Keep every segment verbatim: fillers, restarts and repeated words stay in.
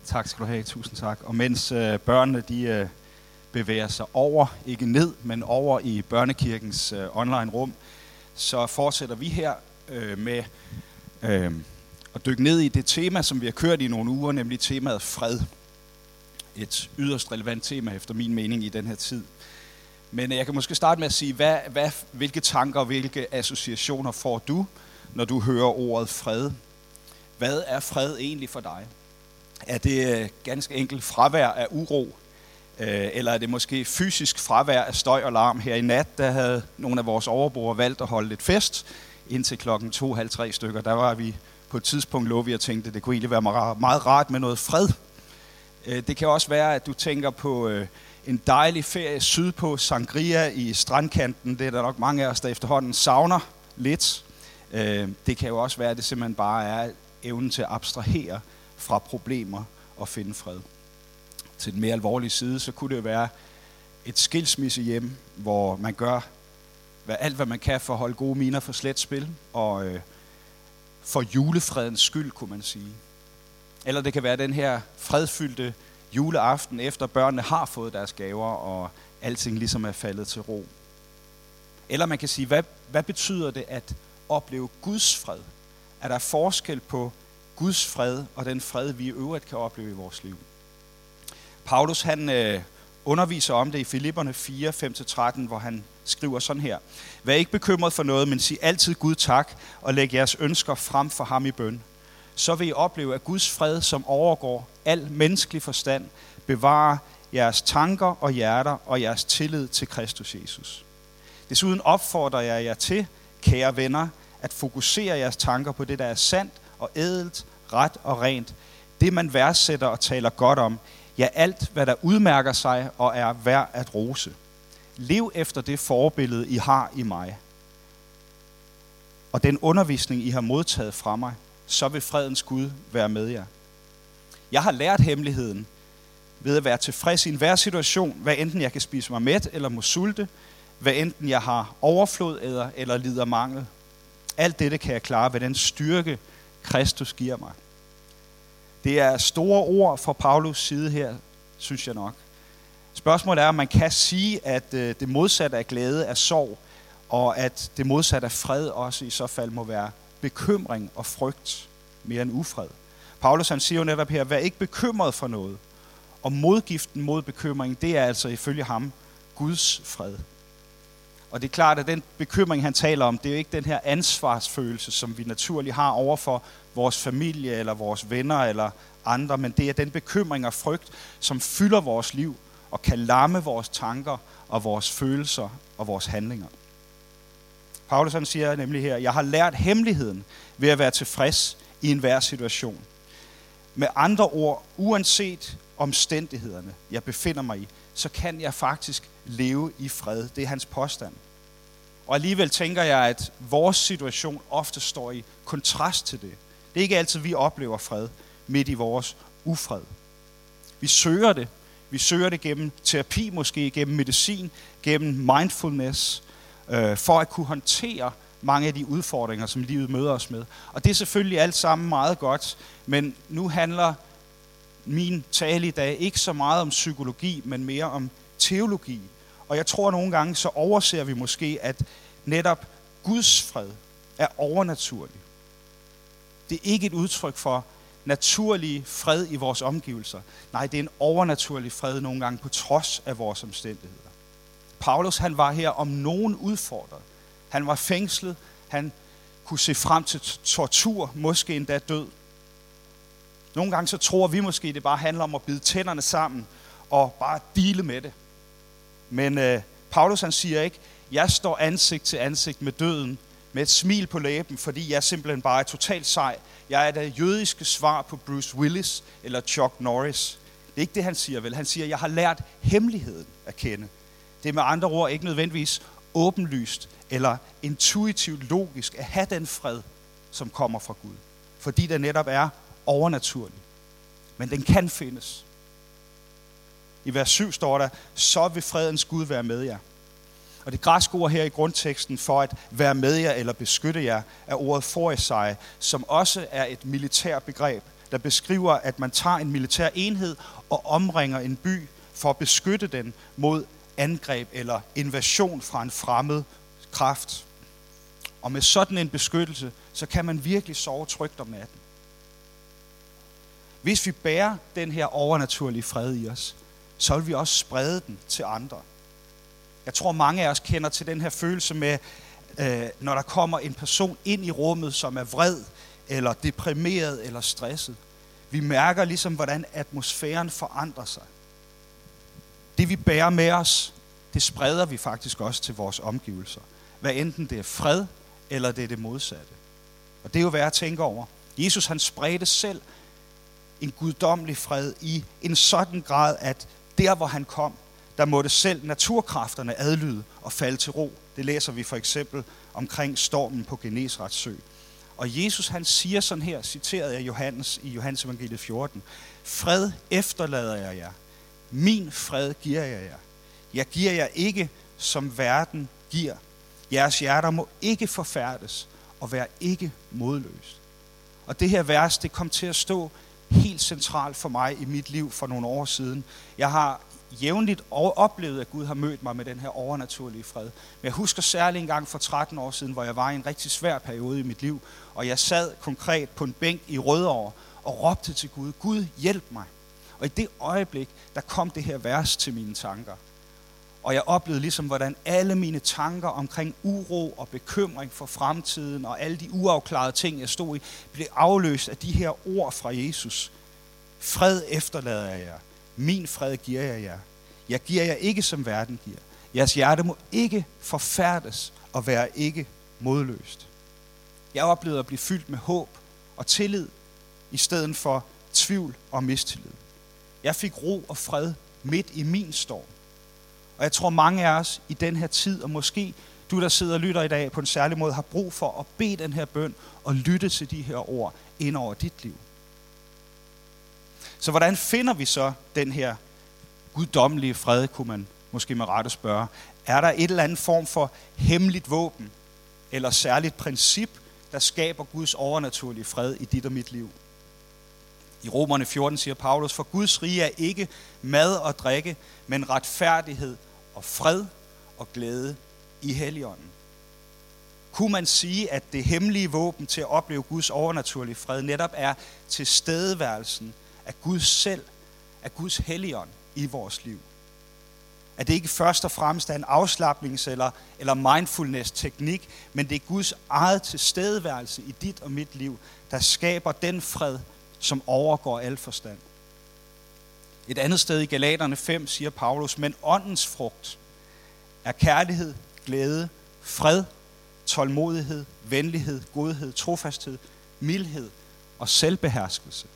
Tak skal du have, tusind tak. Og mens øh, børnene de øh, bevæger sig over, ikke ned, men over i børnekirkens øh, online rum, så fortsætter vi her øh, med øh, at dykke ned i det tema, som vi har kørt i nogle uger, nemlig temaet fred. Et yderst relevant tema efter min mening i den her tid. Men jeg kan måske starte med at sige, hvad, hvad, hvilke tanker og hvilke associationer får du, når du hører ordet fred? Hvad er fred egentlig for dig? Er det ganske enkelt fravær af uro? Eller er det måske fysisk fravær af støj og larm? Her i nat, der havde nogle af vores overboere valgt at holde lidt fest indtil klokken to, halv tre stykker. Der var vi på et tidspunkt lovet, og tænkte, at det kunne egentlig være meget rart med noget fred. Det kan også være, at du tænker på en dejlig ferie sydpå, Sangria i strandkanten. Det er der nok mange af os, der efterhånden savner lidt. Det kan jo også være, at det simpelthen bare er evnen til at abstrahere fra problemer og finde fred. Til den mere alvorlige side, så kunne det være et skilsmissehjem, hvor man gør hvad, alt, hvad man kan for at holde gode miner for slet spil, og øh, for julefredens skyld, kunne man sige. Eller det kan være den her fredfyldte juleaften, efter børnene har fået deres gaver, og alting ligesom er faldet til ro. Eller man kan sige, hvad, hvad betyder det at opleve Guds fred? Er der forskel på Guds fred og den fred, vi i øvrigt kan opleve i vores liv? Paulus han øh, underviser om det i Filipperne fire, fem til tretten, hvor han skriver sådan her. Vær ikke bekymret for noget, men sig altid Gud tak, og læg jeres ønsker frem for ham i bøn. Så vil I opleve, at Guds fred, som overgår al menneskelig forstand, bevarer jeres tanker og hjerter og jeres tillid til Kristus Jesus. Desuden opfordrer jeg jer til, kære venner, at fokusere jeres tanker på det, der er sandt og ædelt, ret og rent. Det, man værdsætter og taler godt om. Ja, alt, hvad der udmærker sig og er værd at rose. Lev efter det forbillede, I har i mig. Og den undervisning, I har modtaget fra mig, så vil fredens Gud være med jer. Jeg har lært hemmeligheden ved at være tilfreds i enhver situation, hvad enten jeg kan spise mig mæt eller må sulte, hvad enten jeg har overflod eller, eller lider mangel. Alt dette kan jeg klare ved den styrke, Kristus giver mig. Det er store ord fra Paulus side her, synes jeg nok. Spørgsmålet er, om man kan sige, at det modsatte af glæde er sorg, og at det modsatte af fred også i så fald må være bekymring og frygt mere end ufred. Paulus han siger jo netop her, vær ikke bekymret for noget. Og modgiften mod bekymring, det er altså ifølge ham Guds fred. Og det er klart, at den bekymring, han taler om, det er jo ikke den her ansvarsfølelse, som vi naturligt har overfor vores familie eller vores venner eller andre, men det er den bekymring og frygt, som fylder vores liv og kan lamme vores tanker og vores følelser og vores handlinger. Paulus han siger nemlig her, jeg har lært hemmeligheden ved at være tilfreds i enhver situation. Med andre ord, uanset omstændighederne, jeg befinder mig i, så kan jeg faktisk leve i fred. Det er hans påstand. Og alligevel tænker jeg, at vores situation ofte står i kontrast til det. Det er ikke altid, vi oplever fred midt i vores ufred. Vi søger det. Vi søger det gennem terapi, måske gennem medicin, gennem mindfulness, øh, for at kunne håndtere mange af de udfordringer, som livet møder os med. Og det er selvfølgelig alt sammen meget godt, men nu handler min tale i dag ikke så meget om psykologi, men mere om teologi. Og jeg tror nogle gange, så overser vi måske, at netop Guds fred er overnaturlig. Det er ikke et udtryk for naturlig fred i vores omgivelser. Nej, det er en overnaturlig fred nogle gange på trods af vores omstændigheder. Paulus han var her om nogen udfordret. Han var fængslet. Han kunne se frem til tortur, måske endda død. Nogle gange så tror vi måske, det bare handler om at bide tænderne sammen og bare deale med det. Men øh, Paulus han siger ikke, jeg står ansigt til ansigt med døden, med et smil på læben, fordi jeg simpelthen bare er totalt sej. Jeg er det jødiske svar på Bruce Willis eller Chuck Norris. Det er ikke det, han siger vel. Han siger, jeg har lært hemmeligheden at kende. Det er med andre ord ikke nødvendigvis åbenlyst eller intuitivt logisk at have den fred, som kommer fra Gud. Fordi den netop er overnaturlig. Men den kan findes. I vers syv står der, så vil fredens Gud være med jer. Og det græske ord her i grundteksten for at være med jer eller beskytte jer, er ordet forisai, som også er et militært begreb. der beskriver, at man tager en militær enhed og omringer en by for at beskytte den mod angreb eller invasion fra en fremmed kraft. Og med sådan en beskyttelse, så kan man virkelig sove trygt om natten. Hvis vi bærer den her overnaturlige fred i os, så vil vi også sprede den til andre. Jeg tror, mange af os kender til den her følelse med, øh, når der kommer en person ind i rummet, som er vred, eller deprimeret, eller stresset. Vi mærker ligesom, hvordan atmosfæren forandrer sig. Det vi bærer med os, det spreder vi faktisk også til vores omgivelser. Hvad enten det er fred, eller det er det modsatte. Og det er jo værd at tænke over. Jesus han spredte selv en guddommelig fred i en sådan grad, at der hvor han kom, der måtte selv naturkræfterne adlyde og falde til ro. Det læser vi for eksempel omkring stormen på Genesarets sø. Og Jesus han siger sådan her, citeret af Johannes i Johannes evangeliet fjorten. Fred efterlader jeg jer. Min fred giver jeg jer. Jeg giver jer ikke, som verden giver. Jeres hjerter må ikke forfærdes og være ikke modløst. Og det her vers, det kom til at stå helt centralt for mig i mit liv for nogle år siden. Jeg har jævnligt oplevet, at Gud har mødt mig med den her overnaturlige fred. Men jeg husker særligt en gang for tretten år siden, hvor jeg var i en rigtig svær periode i mit liv, og jeg sad konkret på en bænk i Rødovre og råbte til Gud, Gud hjælp mig. Og i det øjeblik, der kom det her vers til mine tanker. Og jeg oplevede ligesom, hvordan alle mine tanker omkring uro og bekymring for fremtiden og alle de uafklarede ting, jeg stod i, blev afløst af de her ord fra Jesus. Fred efterlader jeg jer. Min fred giver jeg jer. Jeg giver jer ikke, som verden giver. Jeres hjerte må ikke forfærdes og være ikke modløst. Jeg oplevede at blive fyldt med håb og tillid, i stedet for tvivl og mistillid. Jeg fik ro og fred midt i min storm. Og jeg tror mange af os i den her tid, og måske du der sidder og lytter i dag på en særlig måde, har brug for at bede den her bøn og lytte til de her ord ind over dit liv. Så hvordan finder vi så den her guddommelige fred, kunne man måske med rette spørge. Er der et eller andet form for hemmeligt våben eller særligt princip, der skaber Guds overnaturlige fred i dit og mit liv? I Romerne fjorten siger Paulus, for Guds rige er ikke mad og drikke, men retfærdighed og fred og glæde i Helligånden. Kunne man sige, at det hemmelige våben til at opleve Guds overnaturlige fred netop er tilstedeværelsen af Gud selv, af Guds Helligånd i vores liv? At det ikke først og fremmest er en afslapnings- eller, eller mindfulness-teknik, men det er Guds eget tilstedeværelse i dit og mit liv, der skaber den fred, som overgår al forstand. Et andet sted i Galaterne fem siger Paulus, men åndens frugt er kærlighed, glæde, fred, tålmodighed, venlighed, godhed, trofasthed, mildhed og selvbeherskelse.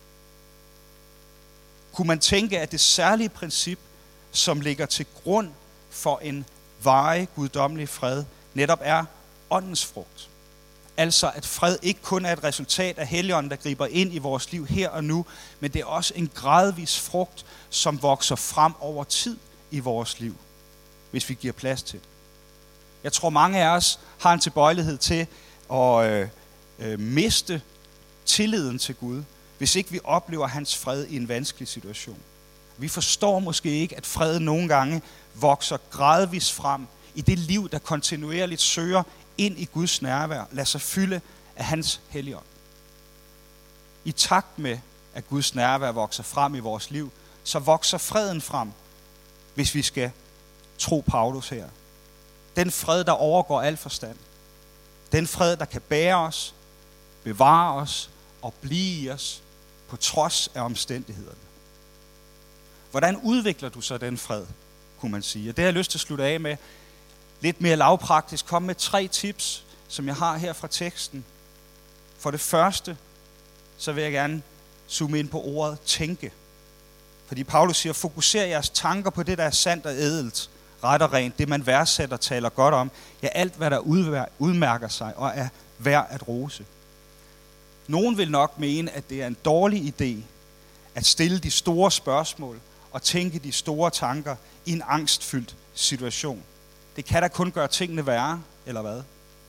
Kunne man tænke, at det særlige princip, som ligger til grund for en varig guddommelig fred, netop er åndens frugt? Altså at fred ikke kun er et resultat af Helligånden, der griber ind i vores liv her og nu, men det er også en gradvis frugt, som vokser frem over tid i vores liv, hvis vi giver plads til det. Jeg tror, mange af os har en tilbøjelighed til at øh, øh, miste tilliden til Gud, hvis ikke vi oplever hans fred i en vanskelig situation. Vi forstår måske ikke, at fred nogle gange vokser gradvis frem i det liv, der kontinuerligt søger ind i Guds nærvær, lad sig fylde af hans Helligånd. I takt med, at Guds nærvær vokser frem i vores liv, så vokser freden frem, hvis vi skal tro Paulus her. Den fred, der overgår al forstand. Den fred, der kan bære os, bevare os og blive i os på trods af omstændighederne. Hvordan udvikler du så den fred, kunne man sige? Og det har jeg lyst til at slutte af med. Lidt mere lavpraktisk. Kom med tre tips, som jeg har her fra teksten. For det første, så vil jeg gerne zoome ind på ordet tænke. Fordi Paulus siger, fokuser jeres tanker på det, der er sandt og ædelt, ret og rent, det man værdsætter og taler godt om. Ja, alt hvad der udmærker sig og er værd at rose. Nogen vil nok mene, at det er en dårlig idé at stille de store spørgsmål og tænke de store tanker i en angstfyldt situation. Det kan da kun gøre tingene værre, eller hvad?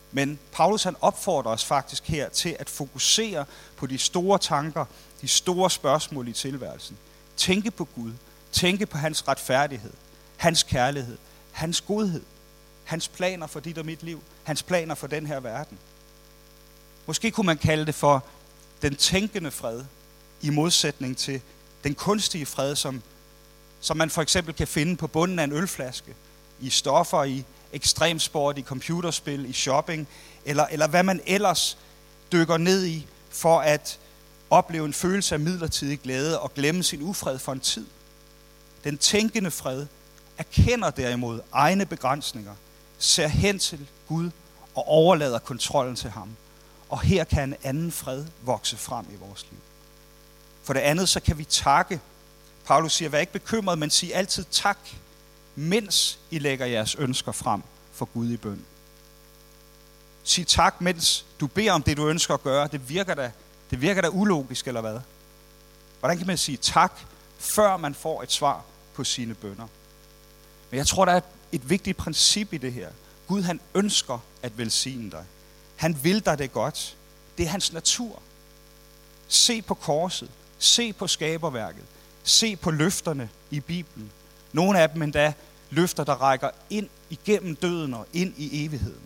Men Paulus han opfordrer os faktisk her til at fokusere på de store tanker, de store spørgsmål i tilværelsen. Tænke på Gud, tænke på hans retfærdighed, hans kærlighed, hans godhed, hans planer for dit og mit liv, hans planer for den her verden. Måske kunne man kalde det for den tænkende fred, i modsætning til den kunstige fred, som, som man for eksempel kan finde på bunden af en ølflaske, i stoffer, i ekstremsport, i computerspil, i shopping, eller, eller hvad man ellers dykker ned i, for at opleve en følelse af midlertidig glæde og glemme sin ufred for en tid. Den tænkende fred erkender derimod egne begrænsninger, ser hen til Gud og overlader kontrollen til ham. Og her kan en anden fred vokse frem i vores liv. For det andet, så kan vi takke. Paulus siger, vær ikke bekymret, men sig altid tak, mens I lægger jeres ønsker frem for Gud i bøn. Sig tak, mens du beder om det, du ønsker at gøre. Det virker da, det virker da ulogisk, eller hvad? Hvordan kan man sige tak, før man får et svar på sine bønner? Men jeg tror, der er et vigtigt princip i det her. Gud, han ønsker at velsigne dig. Han vil dig det godt. Det er hans natur. Se på korset. Se på skaberværket. Se på løfterne i Bibelen. Nogle af dem endda løfter, der rækker ind igennem døden og ind i evigheden.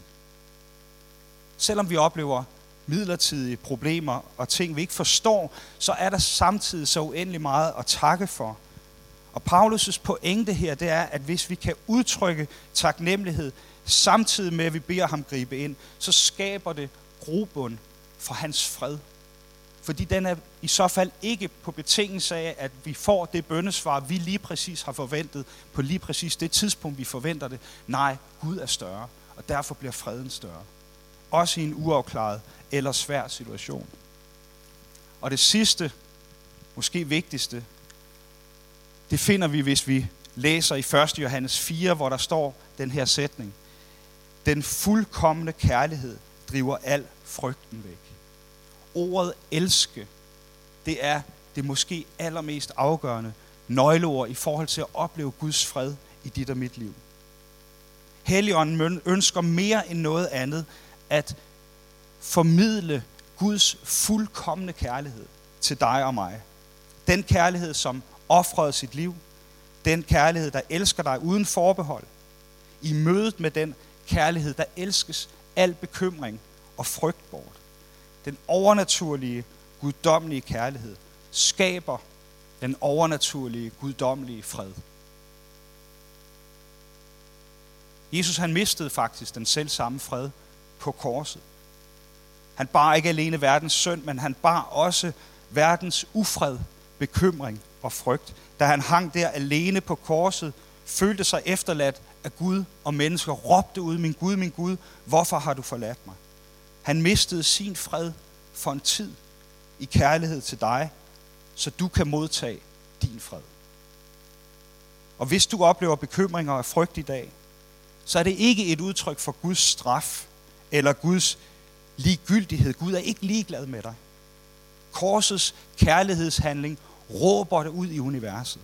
Selvom vi oplever midlertidige problemer og ting, vi ikke forstår, så er der samtidig så uendelig meget at takke for. Og Paulus' pointe her, det er, at hvis vi kan udtrykke taknemmelighed, samtidig med, at vi beder ham gribe ind, så skaber det grobund for hans fred. Fordi den er i så fald ikke på betingelse af, at vi får det bønnesvar, vi lige præcis har forventet, på lige præcis det tidspunkt, vi forventer det. Nej, Gud er større, og derfor bliver freden større. Også i en uafklaret eller svær situation. Og det sidste, måske vigtigste, det finder vi, hvis vi læser i første Johannes fire, hvor der står den her sætning. Den fuldkomne kærlighed driver al frygten væk. Ordet elske, det er det måske allermest afgørende nøgleord i forhold til at opleve Guds fred i dit og mit liv. Helligånden ønsker mere end noget andet at formidle Guds fuldkomne kærlighed til dig og mig. Den kærlighed, som ofrede sit liv. Den kærlighed, der elsker dig uden forbehold. I mødet med den kærlighed, der elskes al bekymring og frygt bort. Den overnaturlige, guddommelige kærlighed skaber den overnaturlige, guddommelige fred. Jesus, han mistede faktisk den selv samme fred på korset. Han bar ikke alene verdens synd, men han bar også verdens ufred, bekymring og frygt. Da han hang der alene på korset, følte sig efterladt af Gud og mennesker, råbte ud, min Gud, min Gud, hvorfor har du forladt mig? Han mistede sin fred for en tid i kærlighed til dig, så du kan modtage din fred. Og hvis du oplever bekymringer og frygt i dag, så er det ikke et udtryk for Guds straf eller Guds ligegyldighed. Gud er ikke ligeglad med dig. Korsets kærlighedshandling råber det ud i universet.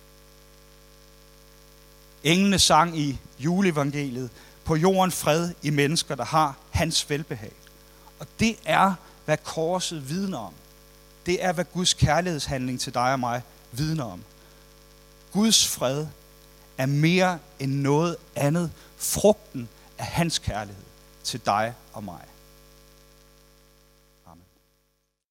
Englene sang i juleevangeliet, på jorden fred i mennesker, der har hans velbehag. Og det er, hvad korset vidner om. Det er, hvad Guds kærlighedshandling til dig og mig vidner om. Guds fred er mere end noget andet frugten af hans kærlighed til dig og mig.